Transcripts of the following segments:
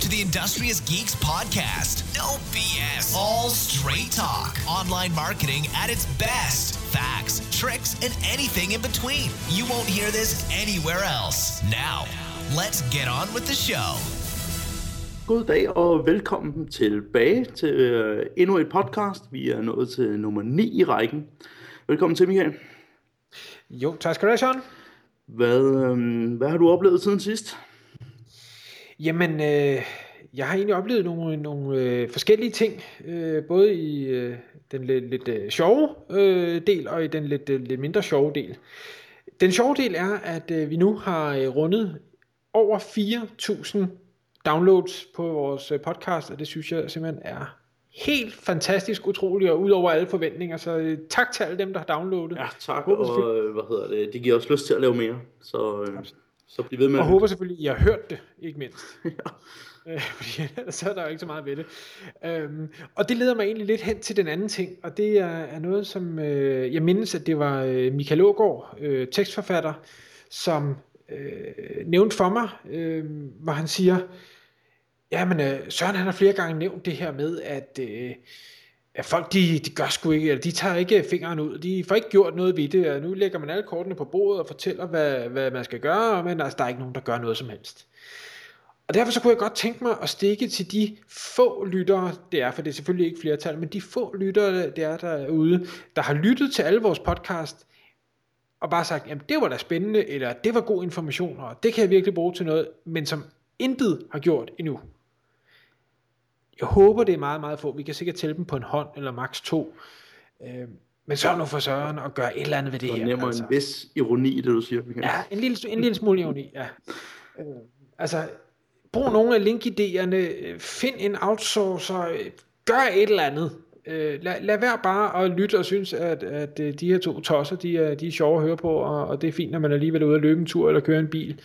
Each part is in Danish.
to the Industrious Geeks podcast. No BS. All straight talk. Online marketing at its best. Facts, tricks, and anything in between. You won't hear this anywhere else. Now, let's get on with the show. God dag og velkommen tilbage til endnu et podcast. Vi er nået til nummer 9 i rækken. Velkommen til, Michael. Jo, tak skal du have, Søren. Hvad har du oplevet siden sidst? Jamen, jeg har egentlig oplevet nogle forskellige ting, både i den lidt sjove del og i den lidt mindre sjove del. Den sjove del er, at vi nu har rundet over 4.000 downloads på vores podcast, og det synes jeg simpelthen er helt fantastisk utroligt og ud over alle forventninger, så tak til alle dem, der har downloadet. Ja, tak, og det giver os lyst til at lave mere, så bliv ved med og håber selvfølgelig, I har hørt det, ikke mindst. Fordi så er der jo ikke så meget ved det. Og det leder mig egentlig lidt hen til den anden ting, og det er noget, som jeg mindes, at det var Michael Aagaard, tekstforfatter, som nævnte for mig, hvor han siger, jamen Søren han har flere gange nævnt det her med, at folk de gør sgu ikke, eller de tager ikke fingeren ud, de får ikke gjort noget ved det, og nu lægger man alle kortene på bordet og fortæller, hvad man skal gøre, men altså, der er ikke nogen, der gør noget som helst. Og derfor så kunne jeg godt tænke mig at stikke til de få lyttere, det er, for det er selvfølgelig ikke flertal, men de få lyttere, det er derude, der har lyttet til alle vores podcast, og bare sagt, jamen det var da spændende, eller det var god information, og det kan jeg virkelig bruge til noget, men som intet har gjort endnu. Jeg håber, det er meget, meget få. Vi kan sikkert tælle dem på en hånd, eller maks 2. Men så nu for Søren og gøre et eller andet ved det her. Der nemmer altså en vis ironi i det, du siger. Ja, en lille smule ironi, ja. Altså, brug nogle af linkidéerne, find en outsourcer, gør et eller andet. Lad være bare at lytte og synes, at de her to tosser, de er sjove at høre på, og det er fint, når man alligevel er ude at løbe en tur eller køre en bil.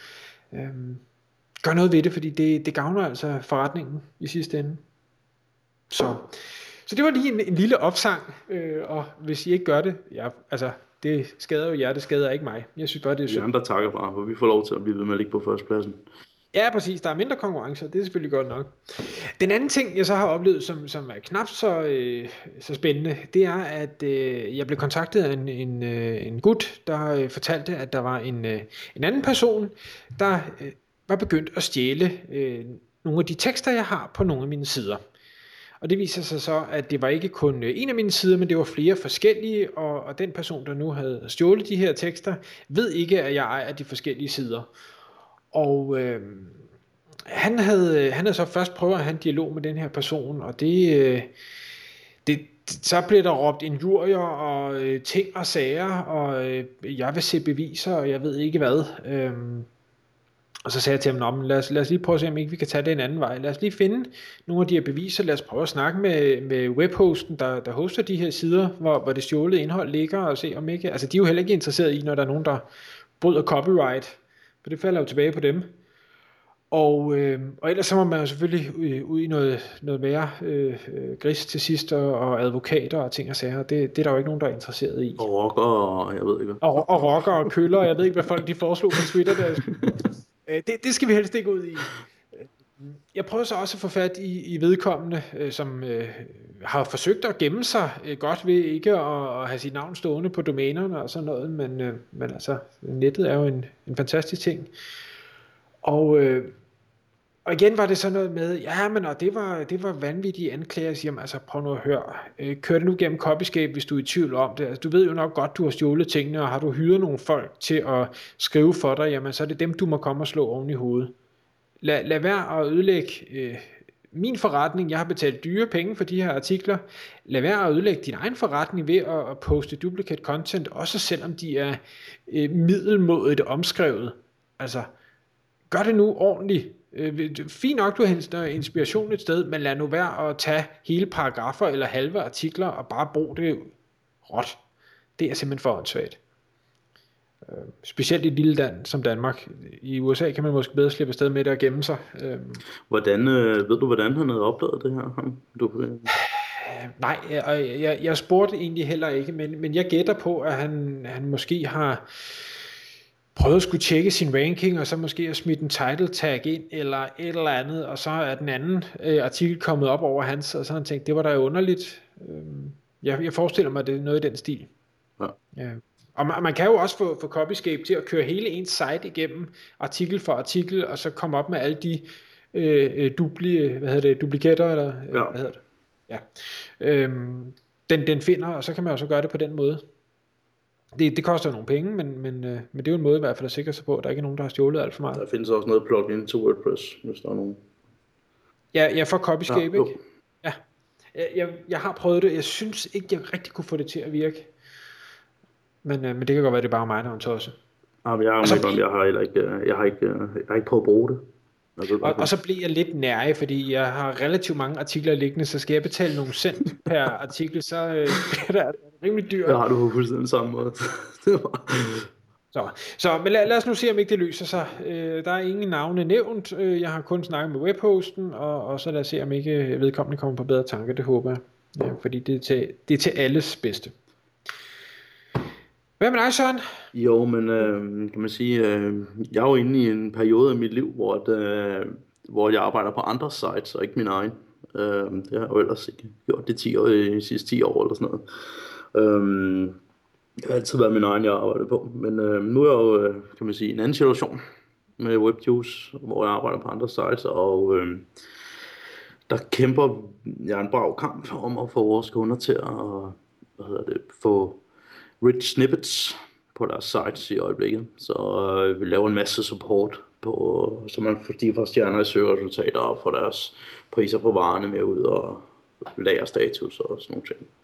Gør noget ved det, fordi det gavner altså forretningen i sidste ende. Så det var lige en lille opsang, og hvis I ikke gør det, ja, altså det skader jo jer, det skader ikke mig. Jeg synes bare, det er synd. Vi andre takker bare, for vi får lov til at blive ved med at ligge på førstepladsen. Ja, præcis. Der er mindre konkurrence, det er selvfølgelig godt nok. Den anden ting, jeg så har oplevet, som er knap så spændende, det er, at jeg blev kontaktet af en gut, der fortalte, at der var en anden person, der var begyndt at stjæle nogle af de tekster, jeg har på nogle af mine sider. Og det viser sig så, at det var ikke kun en af mine sider, men det var flere forskellige, og den person, der nu havde stjålet de her tekster, ved ikke, at jeg ejer de forskellige sider. Og han havde så først prøvet at have en dialog med den her person, og så blev der råbt injurier og ting og sager, og jeg vil se beviser, og jeg ved ikke hvad. Og så sagde jeg til ham, lad os lige prøve at se, om ikke vi kan tage det en anden vej. Lad os lige finde nogle af de her beviser, lad os prøve at snakke med webhosten, der hoster de her sider, hvor det stjålede indhold ligger, og se om ikke, altså de er jo heller ikke interesseret i, når der er nogen, der bryder copyright, for det falder jo tilbage på dem. Og ellers så må man jo selvfølgelig ud i noget mere gris til sidst, og advokater og ting og sager. Det er der jo ikke nogen, der er interesseret i. Og rocker, og jeg ved ikke hvad. Og rocker og køller, og jeg ved ikke, hvad folk de foreslog på Twitter. Det skal vi helst ikke ud i. Jeg prøver så også at få fat i vedkommende, som har forsøgt at gemme sig godt ved ikke at have sit navn stående på domænerne og sådan noget, men altså, nettet er jo en fantastisk ting. Og igen var det sådan noget med, ja, men og det var vanvittige anklager. Jeg siger, altså prøv nu at høre, kør det nu gennem Copyscape, hvis du er i tvivl om det. Altså, du ved jo nok godt, du har stjålet tingene, og har du hyret nogle folk til at skrive for dig, jamen så er det dem, du må komme og slå oven i hovedet. Lad være at ødelægge min forretning. Jeg har betalt dyre penge for de her artikler. Lad være at ødelægge din egen forretning ved at poste duplicate content, også selvom de er middelmådigt omskrevet. Altså, gør det nu ordentligt. Fint nok, du henter inspiration et sted, men lad nu være at tage hele paragrafer eller halve artikler og bare bruge det råt. Det er simpelthen for åndssvagt. Specielt i et lille land som Danmark. I USA kan man måske bedre slippe afsted med det og gemme sig. Ved du, hvordan han havde oplevet det her? Nej, jeg spurgte egentlig heller ikke, men jeg gætter på, at han måske har prøvet at skulle tjekke sin ranking, og så måske at smide en title tag ind, eller et eller andet, og så er den anden artikel kommet op over hans, og så har han tænkt, det var da underligt. Jeg forestiller mig, at det er noget i den stil. Ja. Og man kan jo også få Copyscape til at køre hele ens site igennem, artikel for artikel, og så komme op med alle de duplikater, eller hvad hedder det? Ja. Den finder, og så kan man jo så gøre det på den måde. Det koster nogle penge, men det er jo en måde i hvert fald at sikre sig på, at der ikke er nogen, der har stjålet alt for meget. Der findes også noget plugin til WordPress, hvis der er nogen. Ja, for Copyscape, ikke? Ja. Jeg har prøvet det. Jeg synes ikke, jeg rigtig kunne få det til at virke. Men det kan godt være, det er bare mig, der er en tosse. Jeg har ikke prøvet at bruge det. Og så bliver jeg lidt nærig, fordi jeg har relativt mange artikler liggende, så skal jeg betale nogle cent per artikel, så bliver det rimelig dyrt. Det har du på fuldstændig samme måde. Så men lad os nu se, om ikke det løser sig. Der er ingen navne nævnt. Jeg har kun snakket med webhosten, og så lad os se, om ikke vedkommende kommer på bedre tanker. Det håber jeg. Ja, fordi det er til alles bedste. Hvad med dig, Søren? Jo, men kan man sige, jeg er jo inde i en periode af mit liv, hvor jeg arbejder på andre sites, og ikke min egen. Det har jeg jo ellers ikke gjort det de sidste 10 år eller sådan noget. Det har altid været min egen, jeg arbejder på. Men nu er jeg jo, kan man sige, en anden situation med WebJuice, hvor jeg arbejder på andre sites, og der kæmper jeg en brav kamp om at få vores kunder til at få rich snippets på deres sites i øjeblikket. Så vi laver en masse support på, så man får stjerner i søgeresultater og får deres priser på varerne med ud og lagerstatus og sådan nogle ting.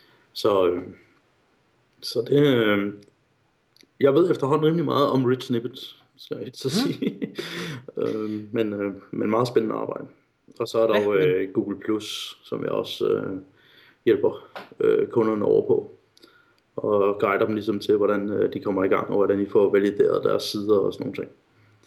Så det, jeg ved efterhånden rimelig meget om rich snippets, skal jeg så sige. Men meget spændende arbejde. Og så er der jo Google Plus, som jeg også hjælper kunderne over på. Og guider dem ligesom til, hvordan de kommer i gang, og hvordan de får valideret deres sider og sådan nogle ting.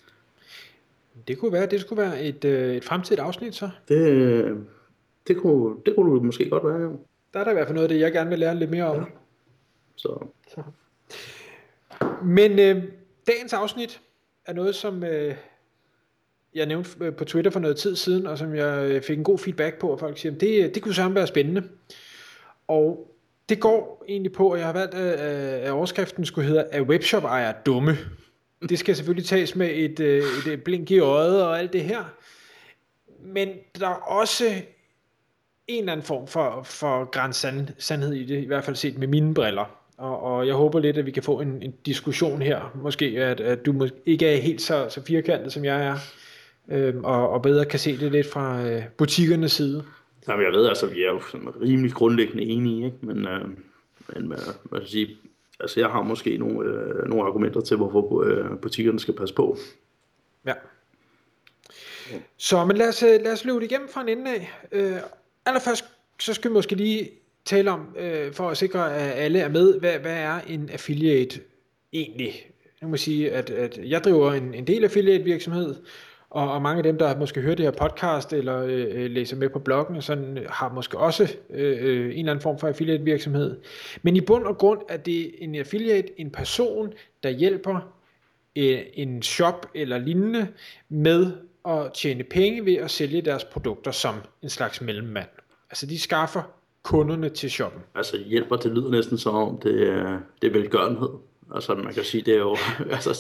Det skulle være et fremtidigt afsnit, så? Det kunne det måske godt være, ja. Der er der i hvert fald noget af det, jeg gerne vil lære lidt mere om. Ja. Så. Men dagens afsnit er noget, som jeg nævnte på Twitter for noget tid siden, og som jeg fik en god feedback på, og folk siger, det kunne sammen være spændende. Og det går egentlig på, at jeg har valgt, at overskriften skulle hedde, at webshop-ejere dumme. Det skal selvfølgelig tages med et blink i øjet og alt det her. Men der er også en eller anden form for sandhed i det, i hvert fald set med mine briller. Og jeg håber lidt, at vi kan få en diskussion her. Måske, at du ikke er helt så firkantet, som jeg er. Og bedre kan se det lidt fra butikkernes side. Jamen, jeg ved, altså, vi er jo sådan rimelig grundlæggende enige, ikke? Men hvad skal jeg sige, altså, jeg har måske nogle argumenter til, hvorfor butikkerne skal passe på. Ja. Så, men lad os løbe det igennem fra en ende af. Allerførst, så skal vi måske lige tale om, for at sikre, at alle er med, hvad er en affiliate egentlig? Jeg må sige, at jeg driver en del affiliate virksomhed, og mange af dem, der måske hører det her podcast, eller læser med på bloggen, sådan, har måske også en eller anden form for affiliate virksomhed. Men i bund og grund er det en affiliate, en person, der hjælper en shop eller lignende med at tjene penge ved at sælge deres produkter som en slags mellemmand. Altså de skaffer kunderne til shoppen. Altså hjælper, det lyder næsten som om det er velgørenhed. Altså man kan sige, det er jo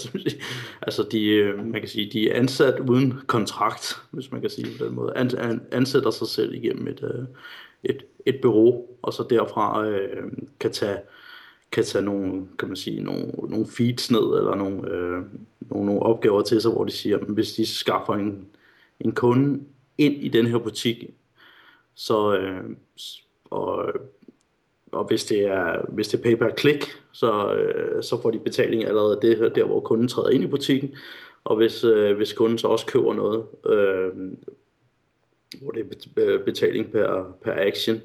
man kan sige, de er ansat uden kontrakt, hvis man kan sige på den måde. Ansætter sig selv igennem et bureau, og så derfra kan tage nogle, kan man sige, nogle feeds ned, eller nogle opgaver til sig, hvor de siger, at hvis de skaffer en kunde ind i den her butik, så og hvis det er pay per click, så får de betaling allerede der, hvor kunden træder ind i butikken. Og hvis kunden så også køber noget, hvor det er betaling per action,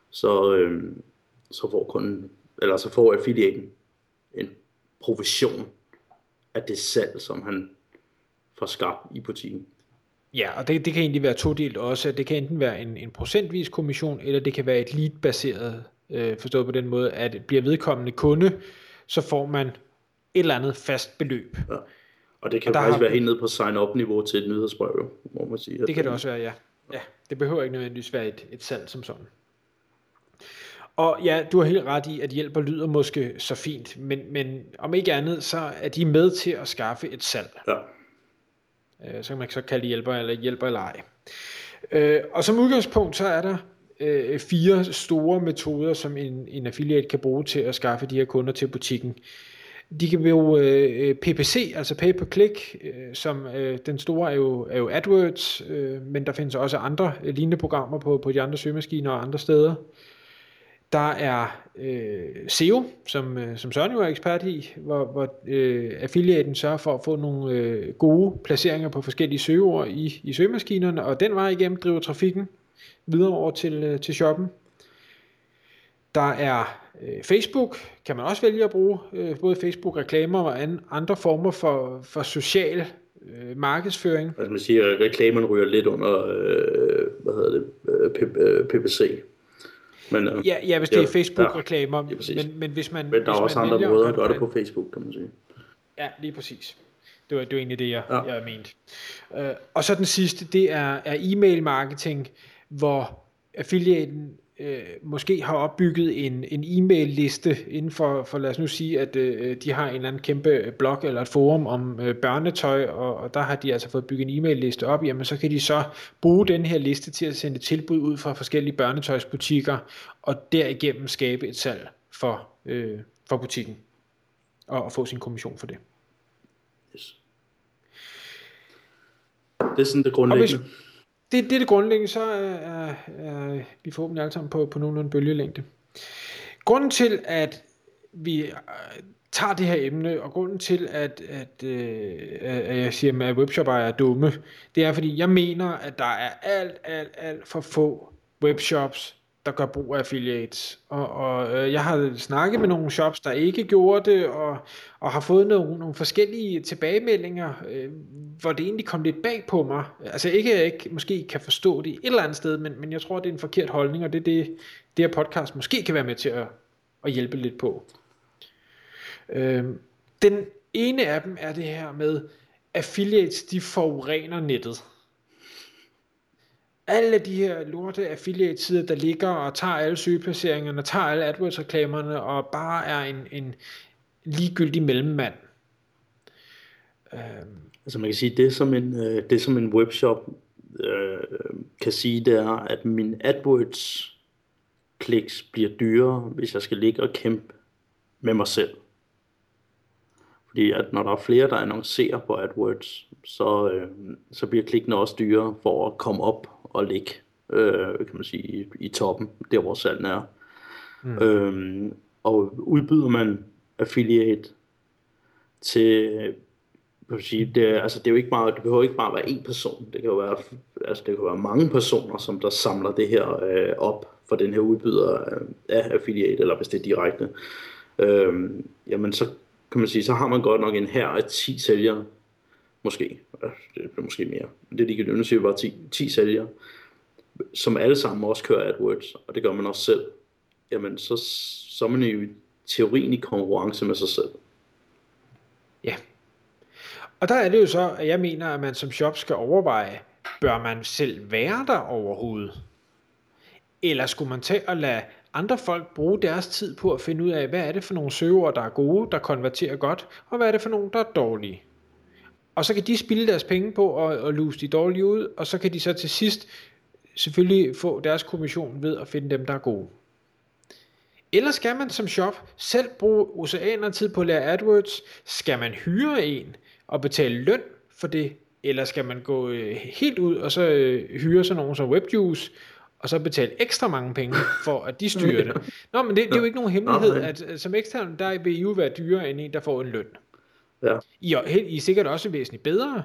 så får kunden, eller så får affiliaten en provision af det salg, som han får skabt i butikken. Ja, og det kan egentlig være todelt også. Det kan enten være en procentvis kommission, eller det kan være et lead-baseret, forstået på den måde, at bliver vedkommende kunde, så får man eller andet fast beløb. Ja. Og det kan faktisk være helt ned på sign-up-niveau til et nyhedsbrev, må man sige. Det kan det også være, ja. Ja, det behøver ikke nødvendigvis være et salg som sådan. Og ja, du har helt ret i, at hjælper lyder måske så fint, men om ikke andet, så er de med til at skaffe et salg. Ja. Så kan man så kalde det hjælper eller ej. Og som udgangspunkt, så er der 4 store metoder, som en affiliate kan bruge til at skaffe de her kunder til butikken. De kan bruge PPC, altså pay per click, som den store er jo AdWords, men der findes også andre lignende programmer på de andre søgemaskiner og andre steder. Der er SEO, som Søren jo er ekspert i, hvor affiliaten sørger for at få nogle gode placeringer på forskellige søgeord i søgemaskinerne, og den vej igennem driver trafikken videre over til shoppen. Der er Facebook, kan man også vælge at bruge, både Facebook-reklamer og andre former for social markedsføring. Altså man siger, at reklamerne ryger lidt under, PPC. Men, ja, hvis det er Facebook-reklamer, men hvis man... Men der er også andre måder at gøre det på Facebook, kan man sige. Ja, lige præcis. Det var egentlig det, jeg mente. Og så den sidste, det er e-mail marketing, hvor affiliaten måske har opbygget en e-mail liste inden for lad os nu sige, at de har en eller anden kæmpe blog eller et forum om børnetøj, og der har de altså fået bygget en e-mail liste op, jamen så kan de så bruge den her liste til at sende tilbud ud fra forskellige børnetøjsbutikker, og derigennem skabe et salg for butikken, og få sin kommission for det. Yes. Det er sådan det grundlæggende. Det er det grundlæggende, så er vi forhåbentlig alle sammen på nogenlunde bølgelængde. Grunden til, at vi tager det her emne, og grunden til, at jeg siger, at webshopper er dumme, det er, fordi jeg mener, at der er alt for få webshops, der gør brug af affiliates. Og jeg har snakket med nogle shops, der ikke gjorde det, og har fået nogle forskellige tilbagemeldinger, hvor det egentlig kom lidt bag på mig. Altså ikke, at jeg ikke måske kan forstå det et eller andet sted, men jeg tror, det er en forkert holdning, og det er det her podcast måske kan være med til at hjælpe lidt på. Den ene af dem er det her med, affiliates, de forurener nettet. Alle de her lorte affiliate-sider, der ligger og tager alle søgeplaceringerne, tager alle AdWords-reklamerne og bare er en ligegyldig mellemmand. Altså man kan sige, det som en webshop kan sige, det er, at min AdWords-kliks bliver dyrere, hvis jeg skal ligge og kæmpe med mig selv. Fordi at når der er flere, der annoncerer på AdWords, så bliver klikkene også dyrere for at komme op og ligge, kan man sige, i toppen, der hvor salgen er. Og udbyder man affiliate til, det er jo ikke bare, det behøver ikke bare være en person, det kan jo være, altså det kan være mange personer, som der samler det her op for den her udbyder af affiliate, eller hvis det er direkte. Jamen så kan man sige, så har man godt nok en her af 10 sælgere, måske, det er måske mere, det er ligegyldigt, nu siger vi bare 10 sælgere, som alle sammen også kører AdWords, og det gør man også selv, jamen så er man jo i teorien i konkurrence med sig selv. Ja, og der er det jo så, at jeg mener, at man som shop skal overveje, bør man selv være der overhovedet? Eller skulle man tage og lade andre folk bruge deres tid på at finde ud af, hvad er det for nogle søgeord, der er gode, der konverterer godt, og hvad er det for nogle, der er dårlige? Og så kan de spilde deres penge på at luse de dårlige ud, og så kan de så til sidst selvfølgelig få deres kommission ved at finde dem, der er gode. Eller skal man som shop selv bruge oceaner af tid på at lære AdWords? Skal man hyre en og betale løn for det? Eller skal man gå helt ud og så hyre sådan nogen som WebJuice, og så betale ekstra mange penge for, at de styrer det? Nå, men det er jo ikke nogen hemmelighed, at som ekstern, der vil I jo være dyrere end en, der får en løn. Ja. I er sikkert også væsentligt bedre,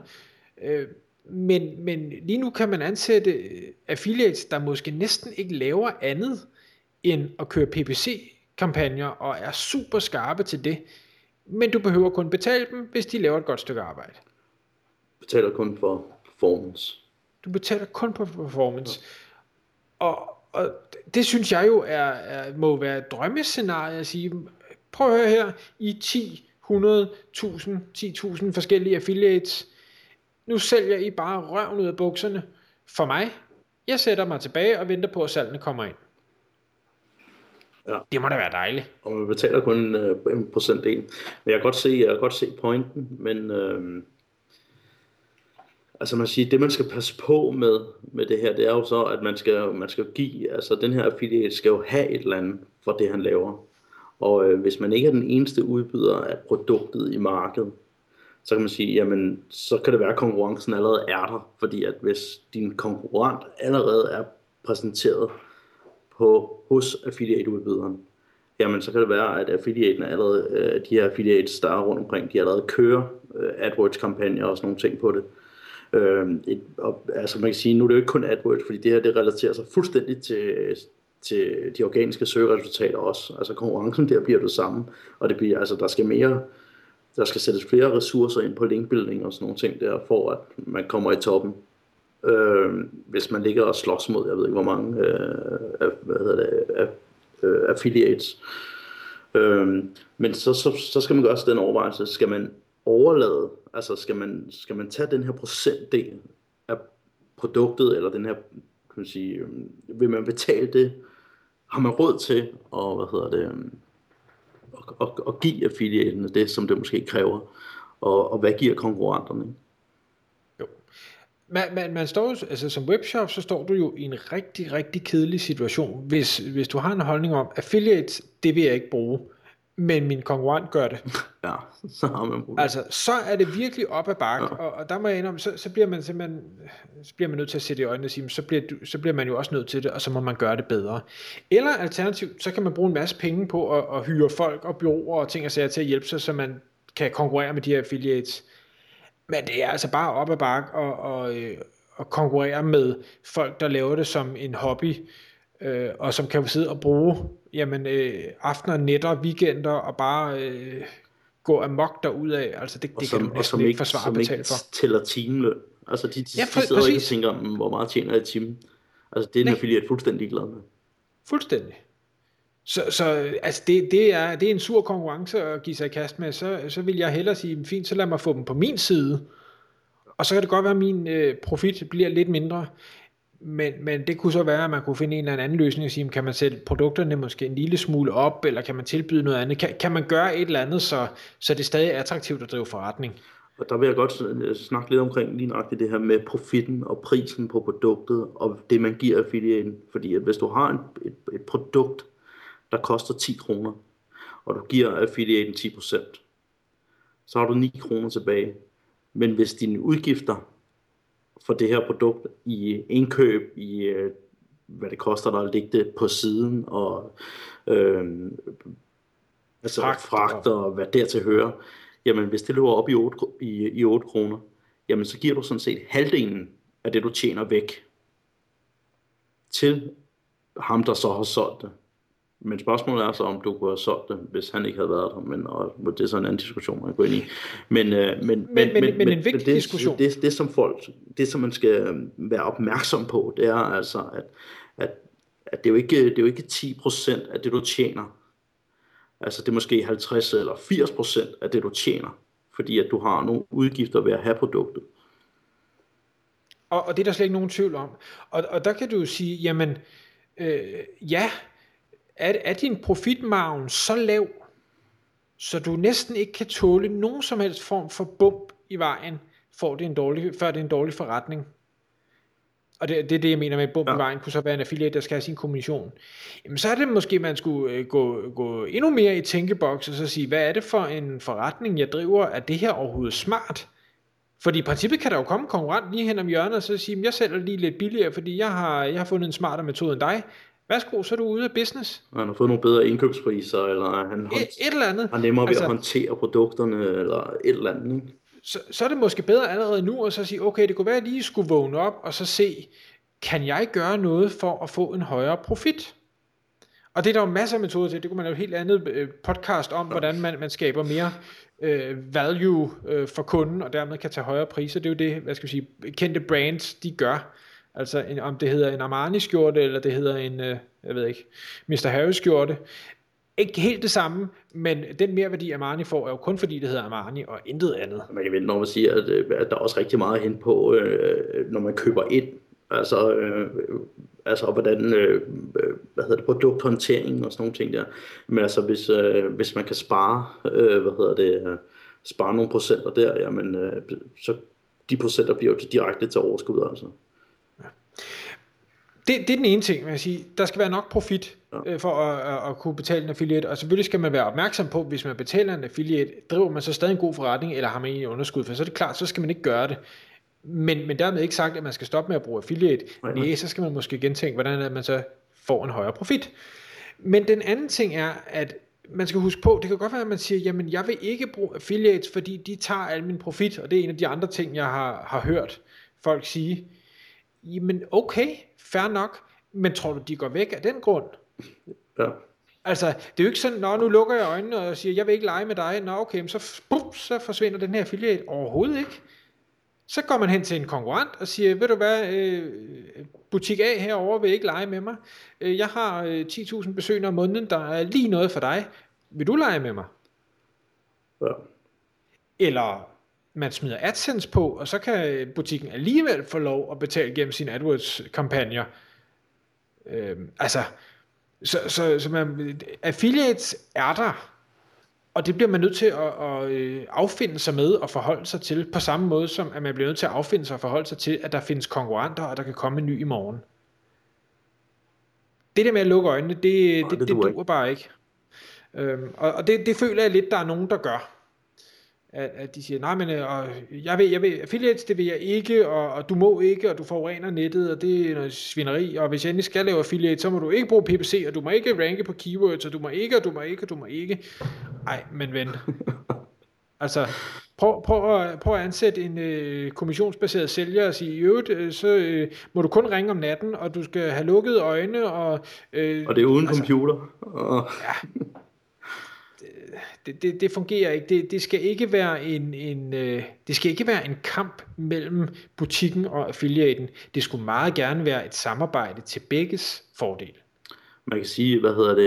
men lige nu kan man ansætte affiliates, der måske næsten ikke laver andet end at køre PPC-kampagner og er super skarpe til det, men du behøver kun betale dem, hvis de laver et godt stykke arbejde. Betaler kun for performance. Du betaler kun på performance. Og det synes jeg jo må være et drømmescenarie at sige, prøv at høre her, I 10 100, 1000, 10.000 forskellige affiliates. Nu sælger I bare røven ud af bukserne. For mig, jeg sætter mig tilbage og venter på, at salgene kommer ind. Ja. Det må da være dejligt. Og man betaler kun en procentdel. Men jeg kan godt se pointen, men altså man siger, det man skal passe på med det her, det er jo så, at man skal give, altså den her affiliate skal jo have et eller andet for det, han laver. Og hvis man ikke er den eneste udbyder af produktet i markedet, så kan man sige, jamen, så kan det være, at konkurrencen allerede er der. Fordi at hvis din konkurrent allerede er præsenteret hos affiliate-udbyderen, jamen så kan det være, at affiliaten allerede, de her affiliates, der er rundt omkring, de allerede kører AdWords-kampagner og sådan nogle ting på det. Altså man kan sige, nu er det jo ikke kun AdWords, fordi det her det relaterer sig fuldstændig til de organiske søgeresultater også. Altså konkurrencen der bliver det samme, og det bliver, altså der skal sættes flere ressourcer ind på linkbuilding og sådan nogle ting der, for at man kommer i toppen. Hvis man ligger og slås mod, jeg ved ikke hvor mange affiliates. Men så skal man gøre sig den overvejelse, skal man overlade, altså skal man tage den her procentdel af produktet, eller den her, kan man sige, vil man betale det, har man råd til at give affiliaterne det, som det måske kræver, og hvad giver konkurrenterne? Jo. Man står jo, altså som webshop, så står du jo i en rigtig, rigtig kedelig situation, hvis du har en holdning om, affiliates, det vil jeg ikke bruge, men min konkurrent gør det. Ja, så har man problem. Altså, så er det virkelig op ad bakke, ja. Og der må jeg indrømme, så bliver man simpelthen, så bliver man nødt til at sætte i øjnene og sige, så bliver man jo også nødt til det, og så må man gøre det bedre. Eller alternativt, så kan man bruge en masse penge på at hyre folk og bureauer og ting og sager til at hjælpe sig, så man kan konkurrere med de her affiliates. Men det er altså bare op ad bakke og konkurrere med folk, der laver det som en hobby, og som kan sidde og bruge aftener, nætter, weekender og bare gå amok derudad. Altså det kan du næsten ikke forsvare at betale for. Som ikke tæller timeløn. Altså de sidder ikke og tænker, hvor meget tjener jeg i timen. Altså det er en affiliate fuldstændig glad med. Fuldstændig. Så altså det er en sur konkurrence at give sig i kast med. Så vil jeg hellere sige, fint, så lad mig få dem på min side. Og så kan det godt være, at min profit bliver lidt mindre. Men det kunne så være, at man kunne finde en eller anden løsning og sige, kan man sætte produkterne måske en lille smule op, eller kan man tilbyde noget andet? Kan man gøre et eller andet, så det stadig er attraktivt at drive forretning? Og der vil jeg godt snakke lidt omkring lige nøjagtigt det her med profitten og prisen på produktet, og det man giver affiliaten. Fordi at hvis du har et produkt, der koster 10 kroner, og du giver affiliaten 10%, så har du 9 kroner tilbage. Men hvis dine udgifter for det her produkt i indkøb, i hvad det koster dig at lægge det på siden, og fragt og hvad dertil hører, jamen hvis det løber op i 8 kroner, jamen så giver du sådan set halvdelen af det du tjener væk til ham der så har solgt det. Men spørgsmålet er så, om du kunne have solgt det, hvis han ikke havde været der, og det er så en anden diskussion, man går ind i. Men en vigtig diskussion. Det som man skal være opmærksom på, det er altså, at det er jo ikke 10% af det, du tjener. Altså det er måske 50 eller 80% af det, du tjener, fordi at du har nogle udgifter ved at have produktet. Og det er der slet ikke nogen tvivl om. Og der kan du jo sige, jamen, ja, er din profitmargen så lav, så du næsten ikke kan tåle nogen som helst form for bump i vejen, før det er en dårlig forretning. Og det er det, jeg mener med bump i vejen, kunne så være en affiliate, der skal have sin kommission. Jamen så er det måske, man skulle gå endnu mere i tænkeboks, og så sige, hvad er det for en forretning, jeg driver? Er det her overhovedet smart? Fordi i princippet kan der jo komme en konkurrent lige hen om hjørnet, og så sige, jeg sælger lige lidt billigere, fordi jeg har fundet en smartere metode end dig. Værsgo, så er du ude af business. Han har fået nogle bedre indkøbspriser, eller han et eller andet. Har nemmere ved at håndtere produkterne, eller et eller andet. Ikke? Så er det måske bedre allerede nu, at så sige, okay, det kunne være, at jeg lige skulle vågne op, og så se, kan jeg gøre noget for at få en højere profit? Og det er der jo masser af metoder til. Det kunne man lave et helt andet podcast om, hvordan man skaber mere value for kunden, og dermed kan tage højere priser. Det er jo det, hvad skal vi sige, kendte brands, de gør. Altså om det hedder en Armani skjorte, eller det hedder en, jeg ved ikke, Mr. Harris skjorte. Ikke helt det samme, men den merværdi Armani får, er jo kun fordi det hedder Armani og intet andet. Man kan vente, når man siger, at der er også rigtig meget hen på, når man køber ind. Altså hvordan, hvad hedder det, produkthåndtering og sådan nogle ting der. Men altså, hvis man kan spare, spare nogle procenter der, jamen, så de procenter bliver jo direkte til overskud, altså. Det er den ene ting, man sige. Der skal være nok profit for at kunne betale en affiliate, og selvfølgelig skal man være opmærksom på, hvis man betaler en affiliate, driver man så stadig en god forretning, eller har man egentlig underskud, for så er det klart, så skal man ikke gøre det. Men dermed ikke sagt, at man skal stoppe med at bruge affiliate. Nej, så skal man måske gentænke, hvordan man så får en højere profit. Men den anden ting er, at man skal huske på, det kan godt være, at man siger, jamen jeg vil ikke bruge affiliates, fordi de tager al min profit, og det er en af de andre ting, jeg har hørt folk sige. Jamen okay, fair nok, men tror du, de går væk af den grund? Ja. Altså, det er jo ikke sådan, nu lukker jeg øjnene og siger, jeg vil ikke lege med dig. Nå okay, så forsvinder den her affiliate. Overhovedet ikke. Så går man hen til en konkurrent og siger, ved du hvad, butik A herovre vil ikke lege med mig. Jeg har 10.000 besøgende om måneden, der er lige noget for dig. Vil du lege med mig? Ja. Eller man smider AdSense på, og så kan butikken alligevel få lov at betale gennem sine AdWords-kampagner. Så affiliates er der, og det bliver man nødt til at affinde sig med og forholde sig til, på samme måde som at man bliver nødt til at affinde sig og forholde sig til, at der findes konkurrenter, og der kan komme en ny i morgen. Det der med at lukke øjnene, det duer bare ikke. Og det føler jeg lidt, der er nogen, der gør. At de siger, nej, men jeg vil affiliates, det vil jeg ikke, og du må ikke, og du forurener nettet, og det er noget svineri, og hvis jeg endelig skal lave affiliate, så må du ikke bruge PPC, og du må ikke ranke på keywords, og du må ikke. Ej, men ven. Altså, prøv at ansætte en kommissionsbaseret sælger og sige, i øvrigt, så må du kun ringe om natten, og du skal have lukkede øjne, og det er uden computer. Ja. Det fungerer ikke. Det skal ikke være det skal ikke være en kamp mellem butikken og affiliaten. Det skulle meget gerne være et samarbejde til begges fordel. Man kan sige,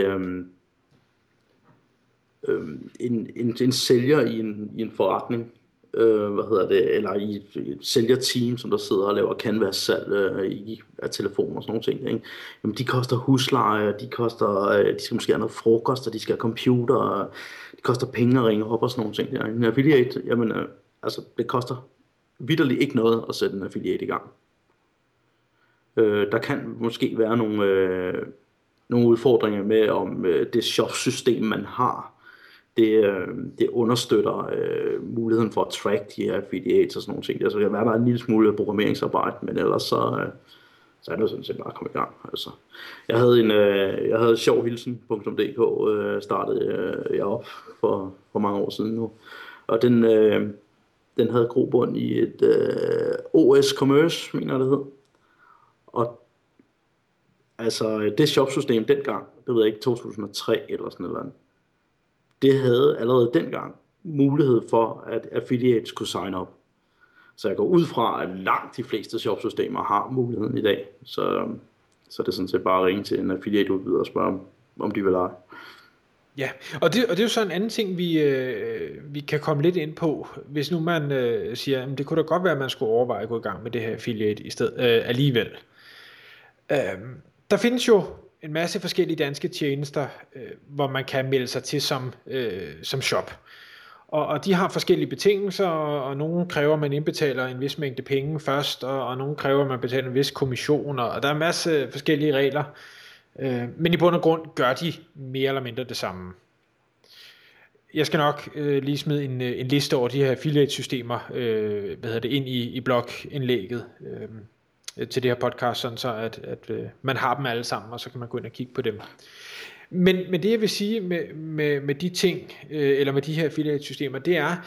en sælger i en forretning, eller i et sælgerteam, som der sidder og laver canvas-salg af telefoner og sådan nogle ting, ikke? Jamen, de koster husleje, de skal måske have noget frokost, og de skal have computer, det koster penge at ringe op og sådan nogle ting. En affiliate, jamen, altså, det koster vitterligt ikke noget at sætte en affiliate i gang. Der kan måske være nogle udfordringer med, om det shopsystem, man har, det understøtter muligheden for at track de her affiliates og sådan nogle ting. Altså, det kan være, der er en lille smule programmeringsarbejde, men ellers så er det jo sådan set bare at komme i gang. Altså, jeg havde sjovhilsen.dk startede jeg op for mange år siden nu, og den havde grobund i et OS Commerce, mener jeg det hed. Og altså det shopsystem dengang, det ved jeg ikke, 2003 eller sådan noget, det havde allerede dengang mulighed for, at affiliates kunne sign up. Så jeg går ud fra, at langt de fleste shopsystemer har muligheden i dag. Så det er sådan set bare at ringe til en affiliate-udbyder og spørge, om de vil lege. Ja, og det er jo så en anden ting, vi kan komme lidt ind på, hvis nu man siger, at det kunne da godt være, at man skulle overveje at gå i gang med det her affiliate i stedet alligevel. Der findes jo en masse forskellige danske tjenester, hvor man kan melde sig til som shop. Og de har forskellige betingelser, og nogle kræver, at man indbetaler en vis mængde penge først, og nogle kræver, at man betaler en vis kommission, og der er en masse forskellige regler. Men i bund og grund gør de mere eller mindre det samme. Jeg skal nok lige smide en liste over de her affiliate-systemer ind i blogindlægget til det her podcast, sådan så at man har dem alle sammen, og så kan man gå ind og kigge på dem. Men det jeg vil sige med de ting, eller med de her affiliate-systemer, det er,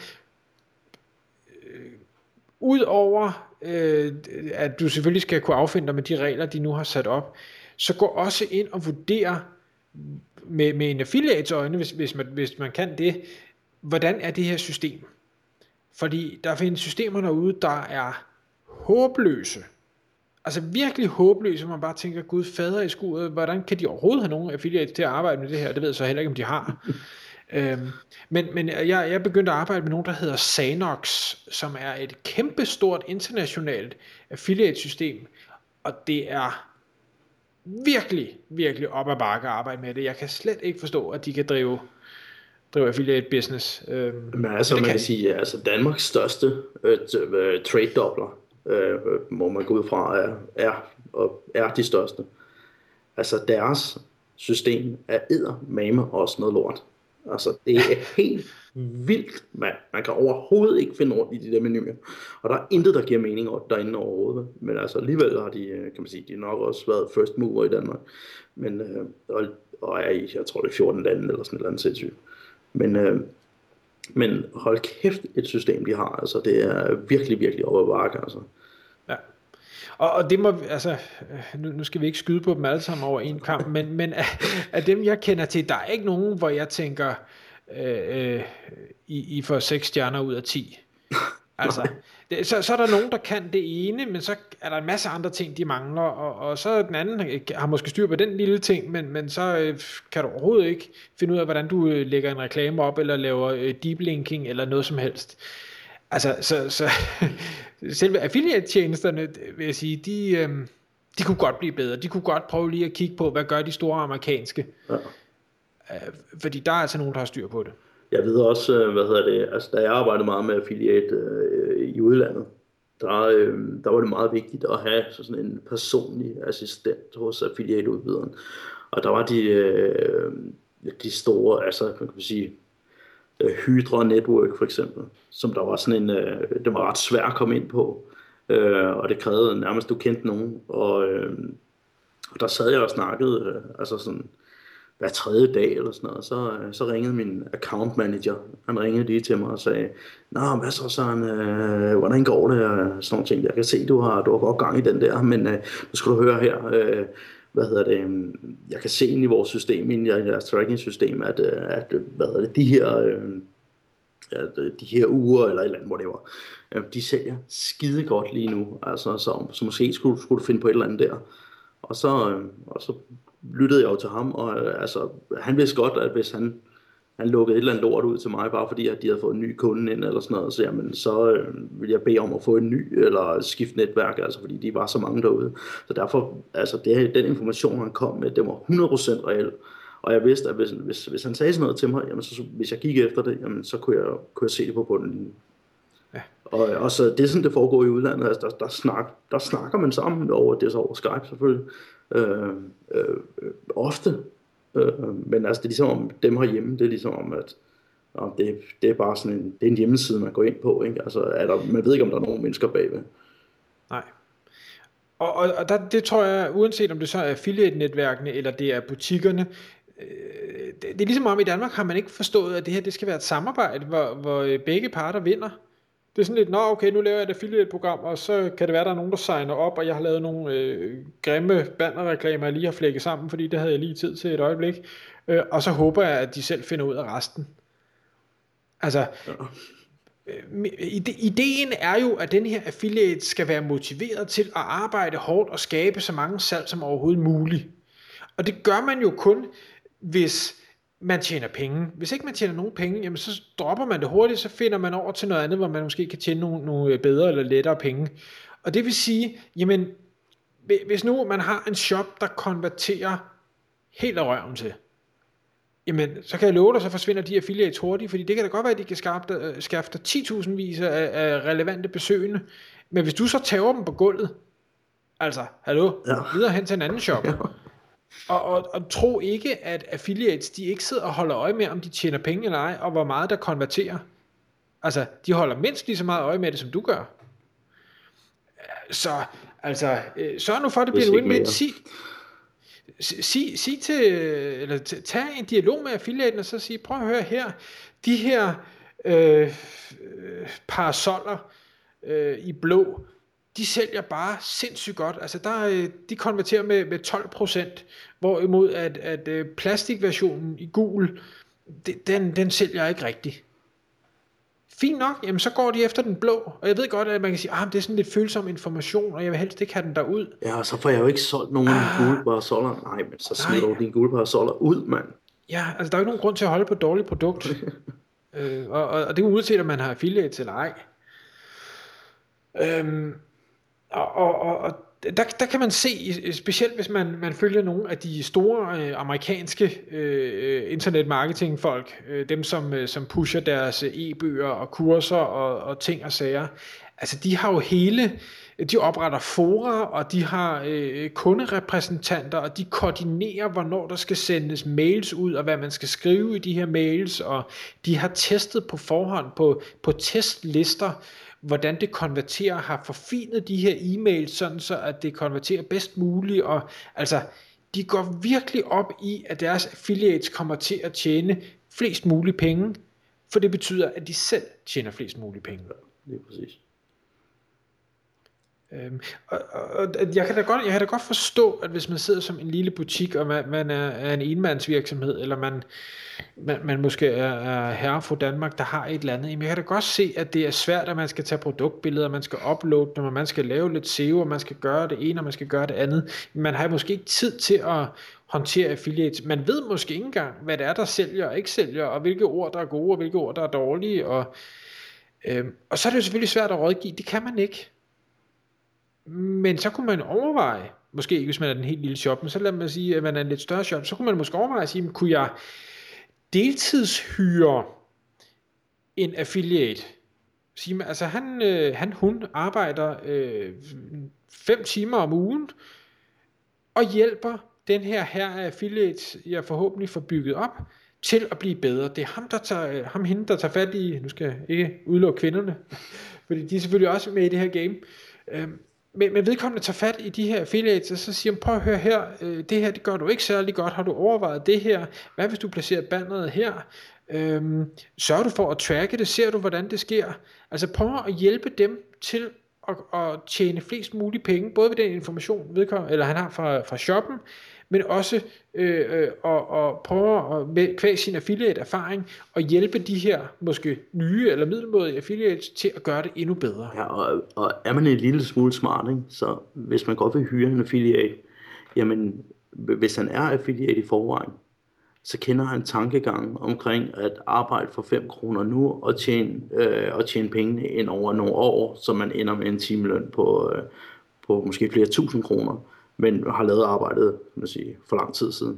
udover at du selvfølgelig skal kunne affinde dig med de regler, de nu har sat op, så gå også ind og vurdere med en affiliates øjne, hvis man kan det, hvordan er det her system? Fordi der findes systemer derude, der er håbløse. Altså virkelig håbløse, man bare tænker, gud fader i skuret, hvordan kan de overhovedet have nogen affiliates til at arbejde med det her? Det ved jeg så heller ikke, om de har. Men jeg begyndte at arbejde med nogen, der hedder Sanox, som er et kæmpestort internationalt affiliate-system, og det er virkelig, virkelig op ad bakke at arbejde med det. Jeg kan slet ikke forstå, at de kan drive affiliate business. Men altså, man kan sige, altså Danmarks største trade doubler, må man gå ud fra, er de største. Altså deres system er eddermame også noget lort. Altså det er helt vildt, man kan overhovedet ikke finde rundt i de der menuer. Og der er intet, der giver mening derinde overhovedet. Men altså alligevel har de, kan man sige, de nok også været first mover i Danmark. Men, og er i, jeg tror det er 14 lande eller sådan et eller andet sindssygt. Men hold kæft et system de har, altså det er virkelig, virkelig op ad bakke, altså. Ja. Og det må, altså, nu skal vi ikke skyde på dem alle sammen over en kamp, men af dem jeg kender til, der er ikke nogen, hvor jeg tænker, I får 6 stjerner ud af 10. Altså, så er der nogen, der kan det ene, men så er der en masse andre ting, de mangler, og så den anden har måske styr på den lille ting, men så kan du overhovedet ikke finde ud af, hvordan du lægger en reklame op, eller laver deep linking, eller noget som helst. Altså, så selve affiliate-tjenesterne, vil jeg sige, de kunne godt blive bedre. De kunne godt prøve lige at kigge på, hvad gør de store amerikanske. Ja. Fordi der er altså nogen, der har styr på det. Jeg ved også, altså da jeg arbejdede meget med affiliate i udlandet, der var det meget vigtigt at have sådan en personlig assistent hos affiliate-udbyderen. Og der var de store, altså man kan sige, Hydra Network for eksempel, som der var sådan en, det var ret svært at komme ind på, og det krævede nærmest, du kendte nogen, og der sad jeg og snakkede, altså sådan, hver tredje dag eller sådan noget, så ringede min account manager, han ringede lige til mig og sagde, nå, hvad så Søren, hvordan går det, og sådan nogle ting, jeg kan se, du har godt gang i den der, men nu skal du høre her, jeg kan se ind i vores system, ind i deres tracking system, at de her uger, eller et eller andet, whatever, de sælger skide godt lige nu, altså, så måske skulle du finde på et eller andet der, og så lyttede jeg jo til ham, og altså, han vidste godt, at hvis han lukkede et eller andet lort ud til mig, bare fordi at de havde fået en ny kunde ind, eller sådan noget, så ville jeg bede om at få en ny, eller skifte netværk, altså fordi de var så mange derude. Så derfor, altså den information, han kom med, det var 100% reelt. Og jeg vidste, at hvis han sagde sådan noget til mig, jamen, så, hvis jeg gik efter det, jamen, så kunne jeg se det på bunden. Ja. Og så det er sådan, det foregår i udlandet, altså der snakker man sammen over, det er så over Skype selvfølgelig, ofte, men altså det er ligesom om dem herhjemme, det er ligesom om at det er bare sådan en hjemmeside man går ind på, ikke? Altså man ved ikke om der er nogen mennesker bagved. Nej. Og det tror jeg, uanset om det så er affiliate-netværkene eller det er butikkerne, det er ligesom om i Danmark har man ikke forstået, at det her det skal være et samarbejde, hvor begge parter vinder. Det er sådan lidt, okay, nu laver jeg et affiliate-program, og så kan det være, der er nogen, der signer op, og jeg har lavet nogle grimme bannerreklamer, jeg lige har flækket sammen, fordi det havde jeg lige tid til et øjeblik. Og så håber jeg, at de selv finder ud af resten. Altså, ideen er jo, at den her affiliate skal være motiveret til at arbejde hårdt og skabe så mange salg som overhovedet muligt. Og det gør man jo kun, hvis man tjener penge. Hvis ikke man tjener nogen penge, jamen så dropper man det hurtigt, så finder man over til noget andet, hvor man måske kan tjene nogle bedre eller lettere penge. Og det vil sige, jamen, hvis nu man har en shop, der konverterer helt af røven til, jamen, så kan jeg love dig, så forsvinder de affiliates hurtigt, fordi det kan da godt være, at de kan skaffe dig 10.000 vis af relevante besøgende, men hvis du så tager dem på gulvet, altså, videre hen til en anden shop, og tro ikke, at affiliates, de ikke sidder og holder øje med, om de tjener penge eller ej, og hvor meget der konverterer. Altså, de holder mindst lige så meget øje med det, som du gør. Så, altså, sørg nu for, at det bliver en win-win. Sig til, eller tag en dialog med affiliaten, og så sige, prøv at høre her, de her parasoller i blå, de sælger bare sindssygt godt. Altså de konverterer med 12%, hvorimod at plastikversionen i gul, den sælger ikke rigtigt. fint nok, jamen så går de efter den blå, og jeg ved godt, at man kan sige, det er sådan lidt følsom information, og jeg vil helst ikke have den derud. Ja, og så får jeg jo ikke solgt nogen gule parasoller. Nej, men så smider du dine gule parasoller ud, mand. Ja, altså der er jo ikke nogen grund til at holde på et dårligt produkt. Og det er uanset, om man har affiliates eller ej. Og der kan man se, specielt hvis man følger nogle af de store amerikanske internetmarketingfolk, dem som pusher deres e-bøger og kurser og ting og sager, altså de har jo de opretter fora, og de har kunderepræsentanter, og de koordinerer, hvornår der skal sendes mails ud, og hvad man skal skrive i de her mails, og de har testet på forhånd på testlister, hvordan det konverterer, har forfinet de her e-mails, sådan så at det konverterer bedst muligt, og altså, de går virkelig op i, at deres affiliates kommer til at tjene flest mulige penge, for det betyder, at de selv tjener flest mulige penge. Ja, det er præcis. Og jeg kan da godt forstå, at hvis man sidder som en lille butik, og man er en enmandsvirksomhed, eller man måske er herre for Danmark, der har et eller andet, men jeg kan da godt se, at det er svært, at man skal tage produktbilleder, man skal uploade dem, og man skal lave lidt SEO, og man skal gøre det ene, og man skal gøre det andet. Man har måske ikke tid til at håndtere affiliates. Man ved måske ikke engang, hvad det er, der sælger og ikke sælger, og hvilke ord, der er gode, og hvilke ord, der er dårlige. Og så er det jo selvfølgelig svært at rådgive. Det kan man ikke. Men så kunne man overveje, måske ikke hvis man er den helt lille shop, men så lad mig sige, at man er en lidt større shop, så kunne man måske overveje at sige, kunne jeg deltidshyre en affiliate? Sige, altså hun arbejder 5 timer om ugen, og hjælper den her affiliates, jeg forhåbentlig får bygget op, til at blive bedre. Det er hende, der tager fat i, nu skal jeg ikke udelukke kvinderne, fordi de er selvfølgelig også med i det her game, men vedkommende tager fat i de her affiliates, og så siger prøv at høre her, det her det gør du ikke særlig godt, har du overvejet det her, hvad hvis du placerer banneret her, sørger du for at tracke det, ser du hvordan det sker, altså prøv at hjælpe dem til at tjene flest mulige penge, både ved den information eller han har fra shoppen, men også og prøve at kvæg sin affiliate erfaring og hjælpe de her måske nye eller middelmådige affiliates til at gøre det endnu bedre. Ja, og er man en lille smule smart, ikke? Så hvis man godt vil hyre en affiliate, jamen hvis han er affiliate i forvejen, så kender han tankegangen omkring at arbejde for 5 kroner nu og tjene pengene ind over nogle år, så man ender med en timeløn på måske flere tusind kroner, men har lavet arbejdet for lang tid siden.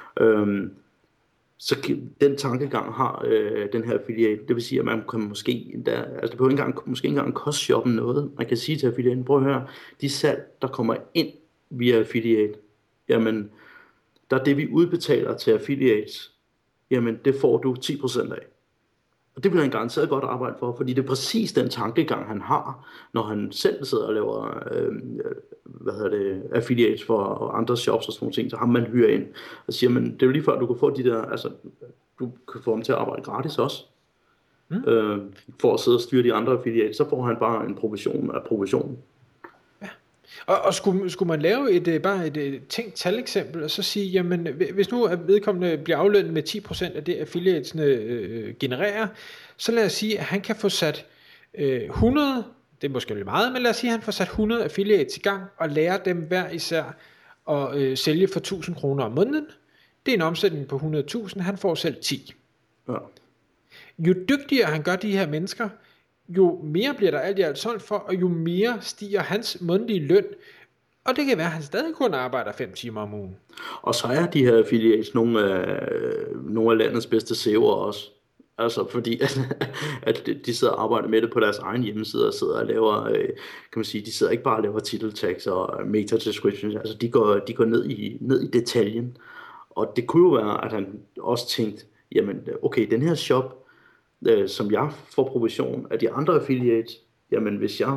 Så den tankegang har den her affiliate. Det vil sige, at man kan måske det behøver måske ikke engang koste shoppen noget. Man kan sige til affiliaten, prøv at høre, de salg, der kommer ind via affiliate, jamen, der er det, vi udbetaler til affiliates, jamen, det får du 10% af. Og det bliver han garanteret godt arbejde for, fordi det er præcis den tankegang, han har, når han selv sidder og laver affiliates for andre shops og sådan nogle ting, så har man hyrer ind og siger, men det er jo lige før, du kan få de der, altså, du kan få dem til at arbejde gratis også, for at sidde og styre de andre affiliates, så får han bare en provision af provisionen. Og skulle man lave bare et tænkt tal-eksempel, og så sige, jamen, hvis nu vedkommende bliver aflønnet med 10% af det, affiliatesne genererer, så lad os sige, at han kan få sat 100, det er måske lidt meget, men lad os sige, at han får sat 100 affiliates i gang, og lære dem hver især at sælge for 1000 kroner om måneden. Det er en omsætning på 100.000, han får selv 10. Ja. Jo dygtigere han gør de her mennesker, jo mere bliver der alt i alt solgt for, og jo mere stiger hans månedlige løn, og det kan være, at han stadig kun arbejder 5 timer om ugen. Og så er de her affiliates nogle af landets bedste SEO'er også. Altså fordi at de sidder og arbejder med det på deres egen hjemmeside og sidder og laver, kan man sige, de sidder ikke bare og laver titeltags og meta descriptions, altså de går ned i detaljen. Og det kunne jo være, at han også tænkte, jamen okay, den her shop, som jeg får provision af de andre affiliates, jamen hvis jeg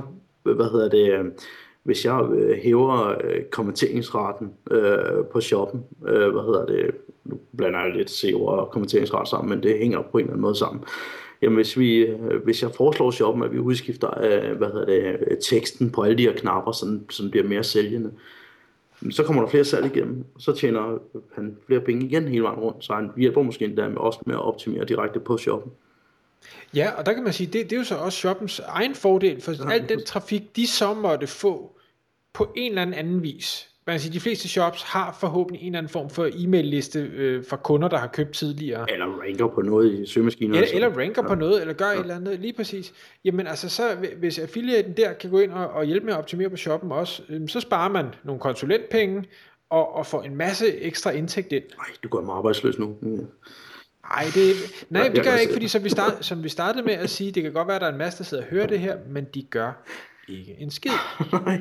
hæver kommenteringsraten på shoppen, nu blander jeg lidt SEO og kommenteringsrat sammen, men det hænger på en eller anden måde sammen. Jamen hvis jeg foreslår shoppen, at vi udskifter teksten på alle de her knapper, så den bliver mere sælgende, så kommer der flere salg igennem, og så tjener han flere penge igen hele vejen rundt, så han hjælper måske endda også med at optimere direkte på shoppen. Ja, og der kan man sige, det er jo så også shoppens egen fordel, for al den trafik, de så måtte få på en eller anden vis. Man kan sige, de fleste shops har forhåbentlig en eller anden form for e-mail-liste fra kunder, der har købt tidligere. Eller ranker på noget i søgemaskiner. Eller ranker på noget, eller gør et eller andet, lige præcis. Jamen altså, så hvis affiliaten der kan gå ind og hjælpe med at optimere på shoppen også, så sparer man nogle konsulentpenge, og får en masse ekstra indtægt ind. Nej, du går meget arbejdsløs nu. Nej, det gør jeg ikke, fordi som vi startede med at sige, det kan godt være, at der er en masse, der sidder og hører det her, men de gør ikke en skid. Nej.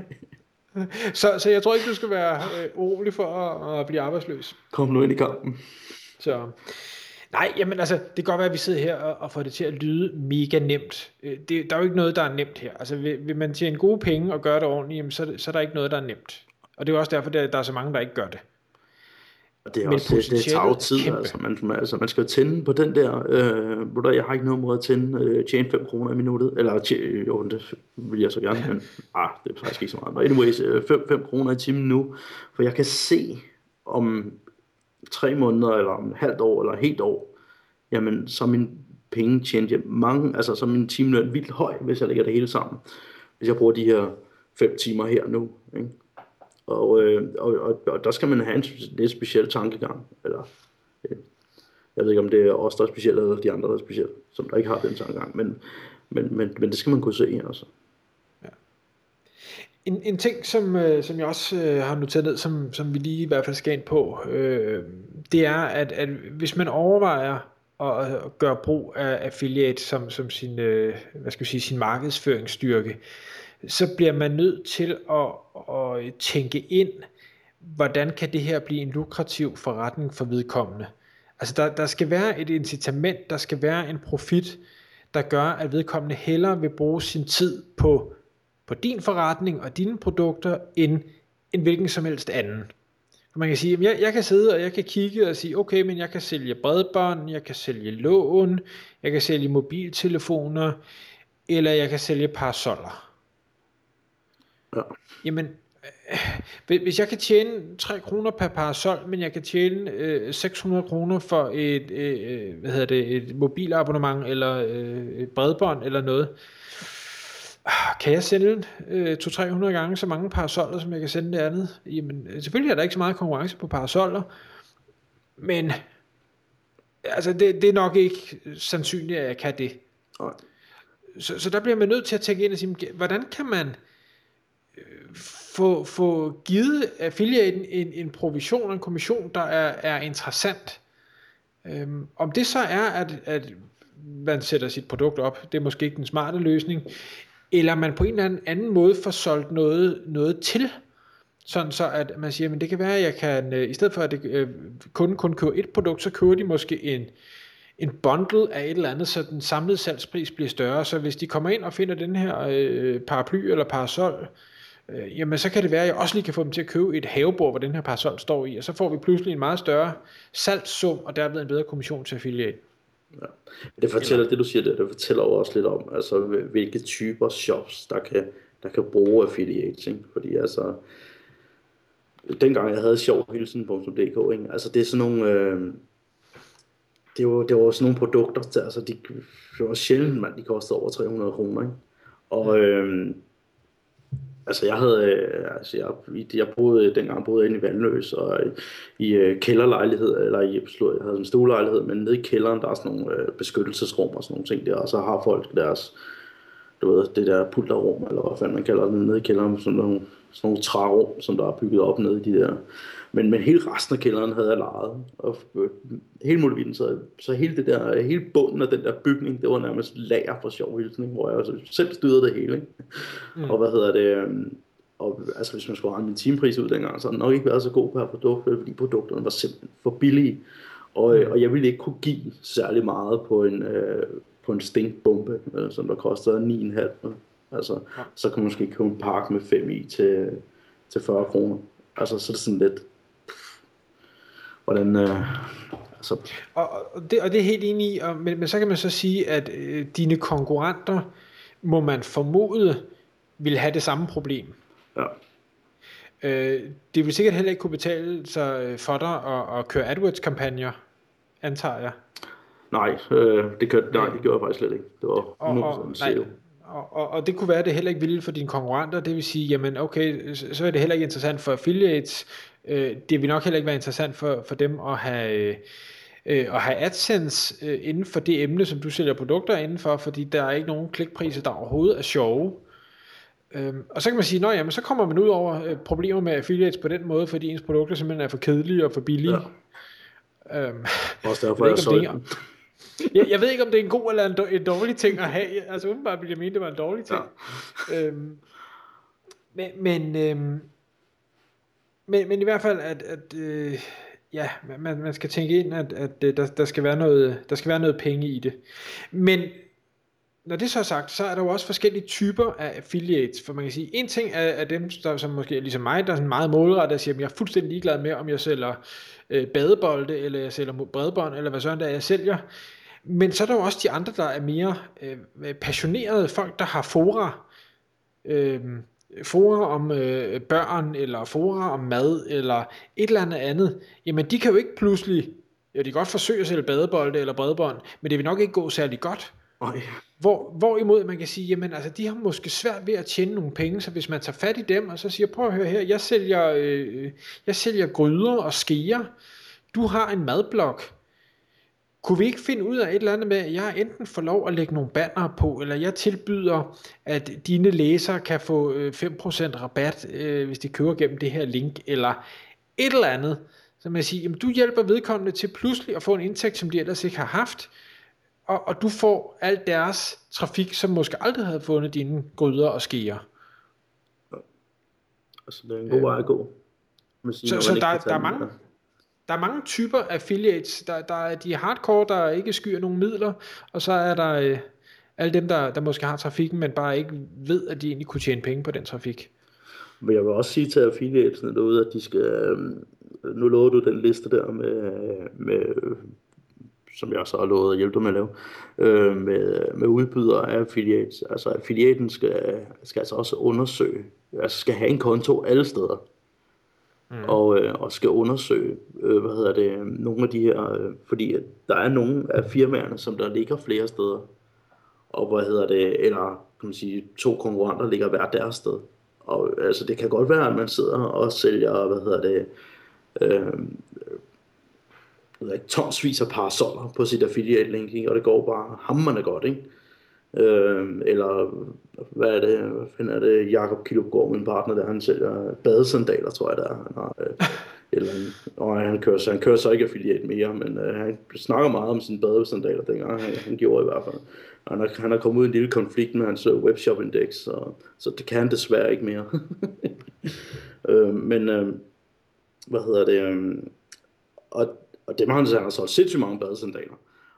Så jeg tror ikke, du skal være urolig for at blive arbejdsløs. Kom nu ind i kampen. Så nej, jamen altså, det kan godt være, at vi sidder her og får det til at lyde mega nemt. Der er jo ikke noget, der er nemt her. Altså, vil man tjene gode penge og gøre det ordentligt, jamen, så er der ikke noget, der er nemt. Og det er også derfor, der er så mange, der ikke gør det. Og det er også det tager jo tid, altså man skal jo tænde på den der, jeg har ikke noget måde at tænde, tjene 5 kroner i minuttet, eller jo, det vil jeg så gerne, men det er faktisk ikke så meget. But anyways, 5 kroner i timen nu, for jeg kan se om 3 måneder, eller om et halvt år, eller et helt år, jamen så min penge tjent altså så min timeløn vildt høj, hvis jeg lægger det hele sammen. Hvis jeg bruger de her 5 timer her nu, ikke? Og der skal man have en lidt speciel tankegang, eller jeg ved ikke om det er os der er specielt, eller de andre der er specielt, som der ikke har den tankegang, men det skal man kunne se, altså. Ja. En ting som jeg også har noteret ned, som vi lige i hvert fald skal ind på, det er at hvis man overvejer at gøre brug af affiliate som sin sin markedsføringsstyrke, så bliver man nødt til at tænke ind, hvordan kan det her blive en lukrativ forretning for vedkommende. Altså der skal være et incitament, der skal være en profit, der gør, at vedkommende hellere vil bruge sin tid på din forretning og dine produkter, end hvilken som helst anden. Man kan sige, at jeg kan sidde og jeg kan kigge og sige, okay, men jeg kan sælge bredbånd, jeg kan sælge lån, jeg kan sælge mobiltelefoner, eller jeg kan sælge parasoller. Ja. Jamen, hvis jeg kan tjene 3 kroner per parasol, men jeg kan tjene 600 kroner for et mobilabonnement, eller et bredbånd, eller noget, kan jeg sælge 200-300 gange så mange parasoller, som jeg kan sende det andet? Jamen, selvfølgelig er der ikke så meget konkurrence på parasoller, men altså, det er nok ikke sandsynligt, at jeg kan det. Nej. Så der bliver man nødt til at tænke ind og sige, hvordan kan man få givet affiliaten en provision, en kommission, der er interessant. Om det så er, at man sætter sit produkt op, det er måske ikke den smarte løsning, eller man på en eller anden måde får solgt noget til, sådan så at man siger, men det kan være, at jeg kan, i stedet for at kunden kun køber et produkt, så køber de måske en bundle af et eller andet, så den samlede salgspris bliver større. Så hvis de kommer ind og finder den her paraply eller parasol, jamen så kan det være, at jeg også lige kan få dem til at købe et havebord, hvor den her parasol står i, og så får vi pludselig en meget større salgssum, og derved en bedre kommission til affiliate. Ja. Det fortæller, det du siger det fortæller jo også lidt om, altså hvilke typer shops, der kan bruge affiliates, ikke? Fordi altså, dengang jeg havde sjovhilsen.dk, ikke? Altså det er sådan nogle, det var sådan nogle produkter, der, altså det var sjældent, de kostede over 300 kroner, ikke? Og altså jeg boede inde i Vandløs og i kælderlejlighed, eller jeg havde en stuelejlighed, men nede i kælderen der er sådan nogle beskyttelsesrum og sådan nogle ting der, og så har folk deres, du ved, det der pulterrum, eller hvad fanden man kalder det, nede i kælderen, sådan nogle trærum, som der er bygget op nede i de der. Men hele resten af kælderen havde jeg lejet, og hele muligheden, så hele bunden af den der bygning, det var nærmest lager for sjovhilsen, hvor jeg selv styrede det hele, ikke? Og og altså hvis man skulle regne min timepris ud dengang, så havde den nok ikke været så god på her produkt, fordi produkterne var simpelthen for billige, og jeg ville ikke kunne give særlig meget på en stinkbombe, som der kostede 9,5. Altså, så kan man måske købe en pakke med 5 i til 40 kroner. Altså, så er det sådan lidt, hvordan, altså. Og det er helt enig i, men så kan man så sige, at dine konkurrenter, må man formode, vil have det samme problem. Ja. Det vil sikkert heller ikke kunne betale sig for dig at køre AdWords-kampagner, antager jeg. Nej, det gjorde jeg faktisk slet ikke. Det var 100% SEO. Og det kunne være, at det heller ikke ville for dine konkurrenter. Det vil sige, jamen okay, så er det heller ikke interessant for affiliates. Det vil nok heller ikke være interessant for dem at have AdSense inden for det emne, som du sælger produkter indenfor, fordi der er ikke nogen klikpriser, der overhovedet er sjove. Og så kan man sige, jamen, så kommer man ud over problemer med affiliates på den måde, fordi ens produkter simpelthen er for kedelige og for billige. Ja. Også derfor jeg solgte den. Jeg ved ikke, om det er en god eller en dårlig ting at have. Altså umiddelbart ville jeg mene, det var en dårlig ting. Ja. Men i hvert fald, man skal tænke ind, at der skal være noget penge i det. Men når det så er sagt, så er der jo også forskellige typer af affiliates, for man kan sige, en ting er dem, der som måske er ligesom mig, der er sådan meget målrettet og siger, at jeg er fuldstændig ligeglad med, om jeg sælger badebolde, eller jeg sælger bredbånd, eller hvad sådan der jeg sælger. Men så er der jo også de andre, der er mere passionerede folk, der har fora om børn, eller fora om mad, eller et eller andet. Jamen de kan jo ikke pludselig, de kan godt forsøge at sælge badebolde eller bredbånd, men det vil nok ikke gå særlig godt. Hvorimod man kan sige, jamen altså de har måske svært ved at tjene nogle penge, så hvis man tager fat i dem, og så siger, prøv at høre her, jeg sælger gryder og skeer, du har en madblog, kunne vi ikke finde ud af et eller andet med, at jeg enten får lov at lægge nogle bannere på, eller jeg tilbyder, at dine læsere kan få 5% rabat, hvis de køber gennem det her link, eller et eller andet, så man siger, jamen du hjælper vedkommende til pludselig at få en indtægt, som de ellers ikke har haft, og du får al deres trafik, som måske aldrig havde fundet dine gryder og skeer. Altså det er en god vej at gå. Så der er mange typer affiliates. Der er de hardcore, der ikke skyer nogen midler, og så er der alle dem, der måske har trafikken, men bare ikke ved, at de egentlig kunne tjene penge på den trafik. Men jeg vil også sige til affiliatesne derude, at de skal, nu lover du den liste der med som jeg så har lovet at hjælpe dig med at lave, med udbydere af affiliates. Altså affiliaten skal altså også undersøge, altså skal have en konto alle steder. Og skal undersøge, nogle af de her, fordi der er nogle af firmaerne, som der ligger flere steder, og eller kan man sige, 2 konkurrenter ligger hver deres sted. Og altså det kan godt være, at man sidder og sælger, tonsvis af parasoller på sit affiliate link, ikke? Og det går bare hamrende godt, ikke? Eller hvad finder det Jakob Kilopgaard, min partner der, han sælger badesandaler, tror jeg der. Han kører så ikke affiliate mere, men han snakker meget om sine badesandaler dengang, han gjorde i hvert fald. Han har kommet ud i en lille konflikt med hans webshop-indeks, så det kan han desværre ikke mere. Og dem har han så sindssygt mange badesandaler.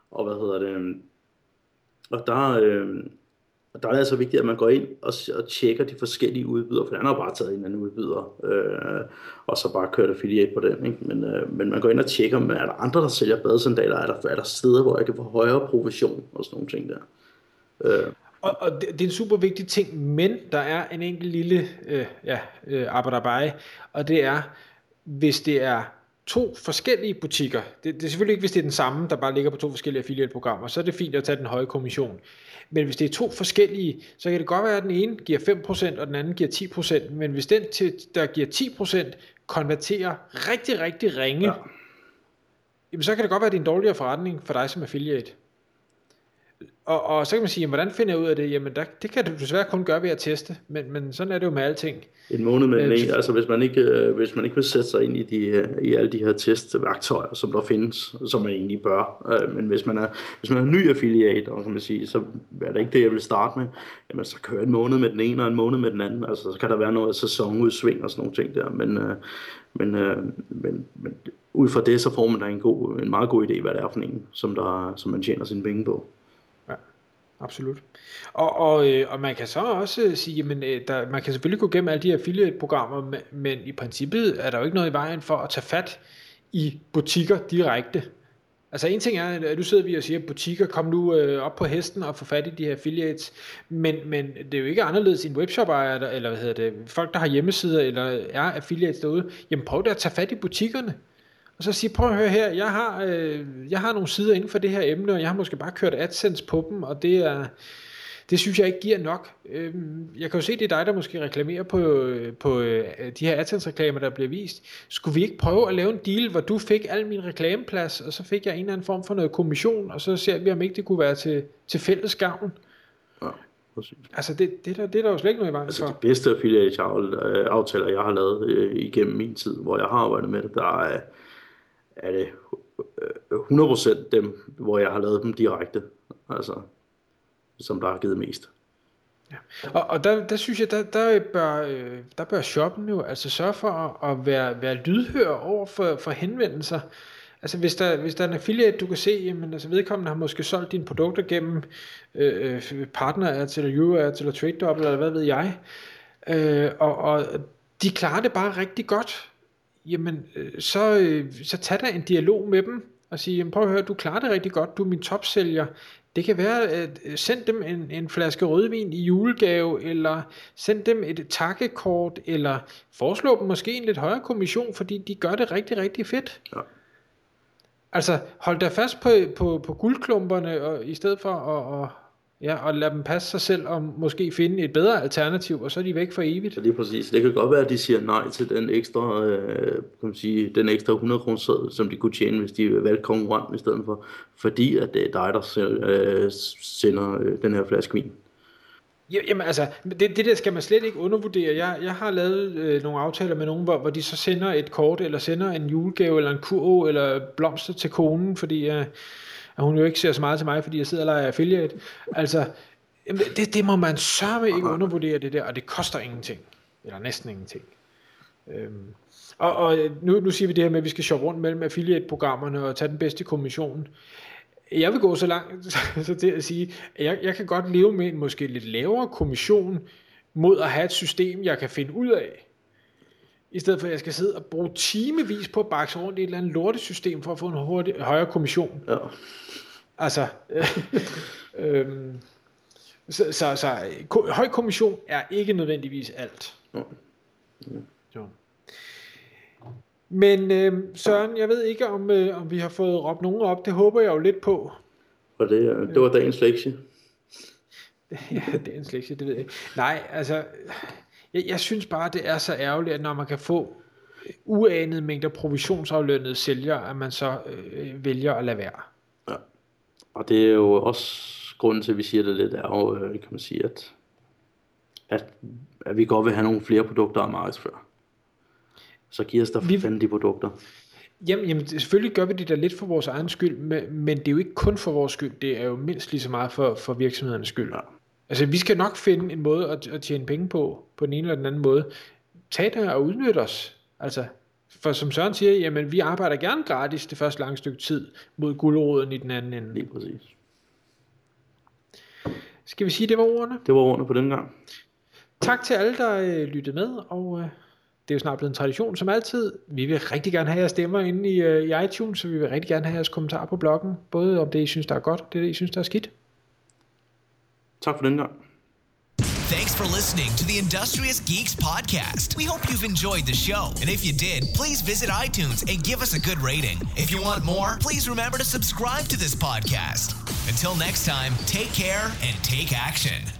Og der er det altså vigtigt, at man går ind og tjekker de forskellige udbydere, for han har bare taget en anden udbyder, og så bare kørt affiliate på den, ikke? Men man går ind og tjekker, er der andre, der sælger badesandaler, er der steder, hvor jeg kan få højere provision og sådan nogle ting der. Og det er en super vigtig ting, men der er en enkelt lille arbejderbej, og det er, hvis det er 2 forskellige butikker, det er selvfølgelig ikke, hvis det er den samme, der bare ligger på 2 forskellige affiliate-programmer, så er det fint at tage den høje kommission. Men hvis det er 2 forskellige, så kan det godt være, at den ene giver 5%, og den anden giver 10%, men hvis den, der giver 10%, konverterer rigtig, rigtig ringe, jamen så kan det godt være, at det er en dårligere forretning for dig som affiliate. Og så kan man sige, jamen, hvordan finder jeg ud af det? Jamen det kan du desværre kun gøre ved at teste, men sådan er det jo med alting. En måned med den ene, altså hvis man ikke vil sætte sig ind i alle de her testværktøjer, som der findes, som man egentlig bør, men hvis man er ny affiliate, og kan man sige, så er det ikke det, jeg vil starte med, jamen så kører en måned med den ene og en måned med den anden, altså så kan der være noget sæsonudsving og sådan nogle ting der, men ud fra det, så får man da en meget god idé, hvad det er for en, som man tjener sine penge på. Absolut. Og man kan så også sige, men man kan selvfølgelig gå gennem alle de affiliate-programmer, men i princippet er der jo ikke noget i vejen for at tage fat i butikker direkte. Altså en ting er, at du sidder og siger, butikker, kom nu op på hesten og få fat i de her affiliates, men det er jo ikke anderledes en webshop-ejer, eller folk, der har hjemmesider, eller er affiliates derude. Jamen prøv da at tage fat i butikkerne. og så sige, prøv at høre her, jeg har nogle sider inden for det her emne, og jeg har måske bare kørt AdSense på dem, og det synes jeg ikke giver nok. Jeg kan jo se, det er dig, der måske reklamerer på de her AdSense-reklamer, der bliver vist. Skulle vi ikke prøve at lave en deal, hvor du fik al min reklameplads, og så fik jeg en eller anden form for noget kommission, og så ser vi, om ikke det kunne være til fælles gavn? Ja, præcis. Altså, det er der jo slet ikke noget i vejen for. De bedste affiliate-aftaler, jeg har lavet igennem min tid, hvor jeg har arbejdet med det, der er det 100% dem, hvor jeg har lavet dem direkte. Altså, som der har givet mest. Ja. Og der synes jeg, der bør shoppen jo altså sørge for at være lydhør over for henvendelser. Altså hvis der er en affiliate, du kan se, jamen altså vedkommende har måske solgt dine produkter gennem partner-ads eller Euro-ads eller TradeDouble eller hvad ved jeg, og de klarer det bare rigtig godt, jamen så tag da en dialog med dem og sige, jamen prøv at høre, du klarer det rigtig godt, du er min topsælger. Det kan være, at send dem en flaske rødvin i julegave, eller send dem et takkekort, eller foreslå dem måske en lidt højere kommission, fordi de gør det rigtig, rigtig fedt. Ja. Altså, hold da fast på guldklumperne, og i stedet for at lade dem passe sig selv, og måske finde et bedre alternativ, og så er de væk for evigt. Ja, det er præcis. Det kan godt være, at de siger nej til den ekstra, den ekstra 100 kroner seddel, som de kunne tjene, hvis de valgte konkurrenten i stedet for, fordi at det er dig, der sender den her flaske vin. Jamen altså, det der skal man slet ikke undervurdere. Jeg har lavet nogle aftaler med nogen, hvor de så sender et kort, eller sender en julegave, eller en kurv, eller blomster til konen, fordi at hun jo ikke ser så meget til mig, fordi jeg sidder og leger affiliate. Altså, det må man sørme ikke undervurdere det der, og det koster ingenting. Eller næsten ingenting. Og nu siger vi det her med, at vi skal shoppe rundt mellem affiliate-programmerne og tage den bedste kommission. Jeg vil gå så langt så til at sige, at jeg kan godt leve med en måske lidt lavere kommission, mod at have et system, jeg kan finde ud af. I stedet for, at jeg skal sidde og bruge timevis på at bakse rundt i et eller andet lortesystem, for at få en højere kommission. Ja. Altså, så høj kommission er ikke nødvendigvis alt. Ja. Ja. Men Søren, jeg ved ikke, om vi har fået råbt nogen op. Det håber jeg jo lidt på. Og det var dagens lektie. Ja, dagens lektie, det ved jeg ikke. Nej, altså, jeg synes bare, det er så ærgerligt, at når man kan få uanede mængder provisionsaflønnede sælgere, at man så vælger at lade være. Ja, og det er jo også grunden til, at vi siger det lidt, er jo, kan man sige, at vi godt vil have nogle flere produkter at markedsføre. Så giver os der fanden de produkter. Jamen selvfølgelig gør vi det da lidt for vores egen skyld, men det er jo ikke kun for vores skyld, det er jo mindst lige så meget for virksomhedernes skyld. Ja. Altså vi skal nok finde en måde at tjene penge på den ene eller den anden måde. Tag det og udnyt os. Altså, for som Søren siger, jamen vi arbejder gerne gratis det første lange stykke tid mod guleroden i den anden ende. Lige præcis. Skal vi sige, det var ordene? Det var ordene på den gang. Tak til alle, der lyttede med, og det er jo snart blevet en tradition, som altid. Vi vil rigtig gerne have jeres stemmer inde i iTunes, så vi vil rigtig gerne have jeres kommentarer på bloggen, både om det, I synes, der er godt, og det, I synes, der er skidt. Tak for den gang. Thanks for listening to the Industrious Geeks podcast. We hope you've enjoyed the show. And if you did, please visit iTunes and give us a good rating. If you want more, please remember to subscribe to this podcast. Until next time, take care and take action.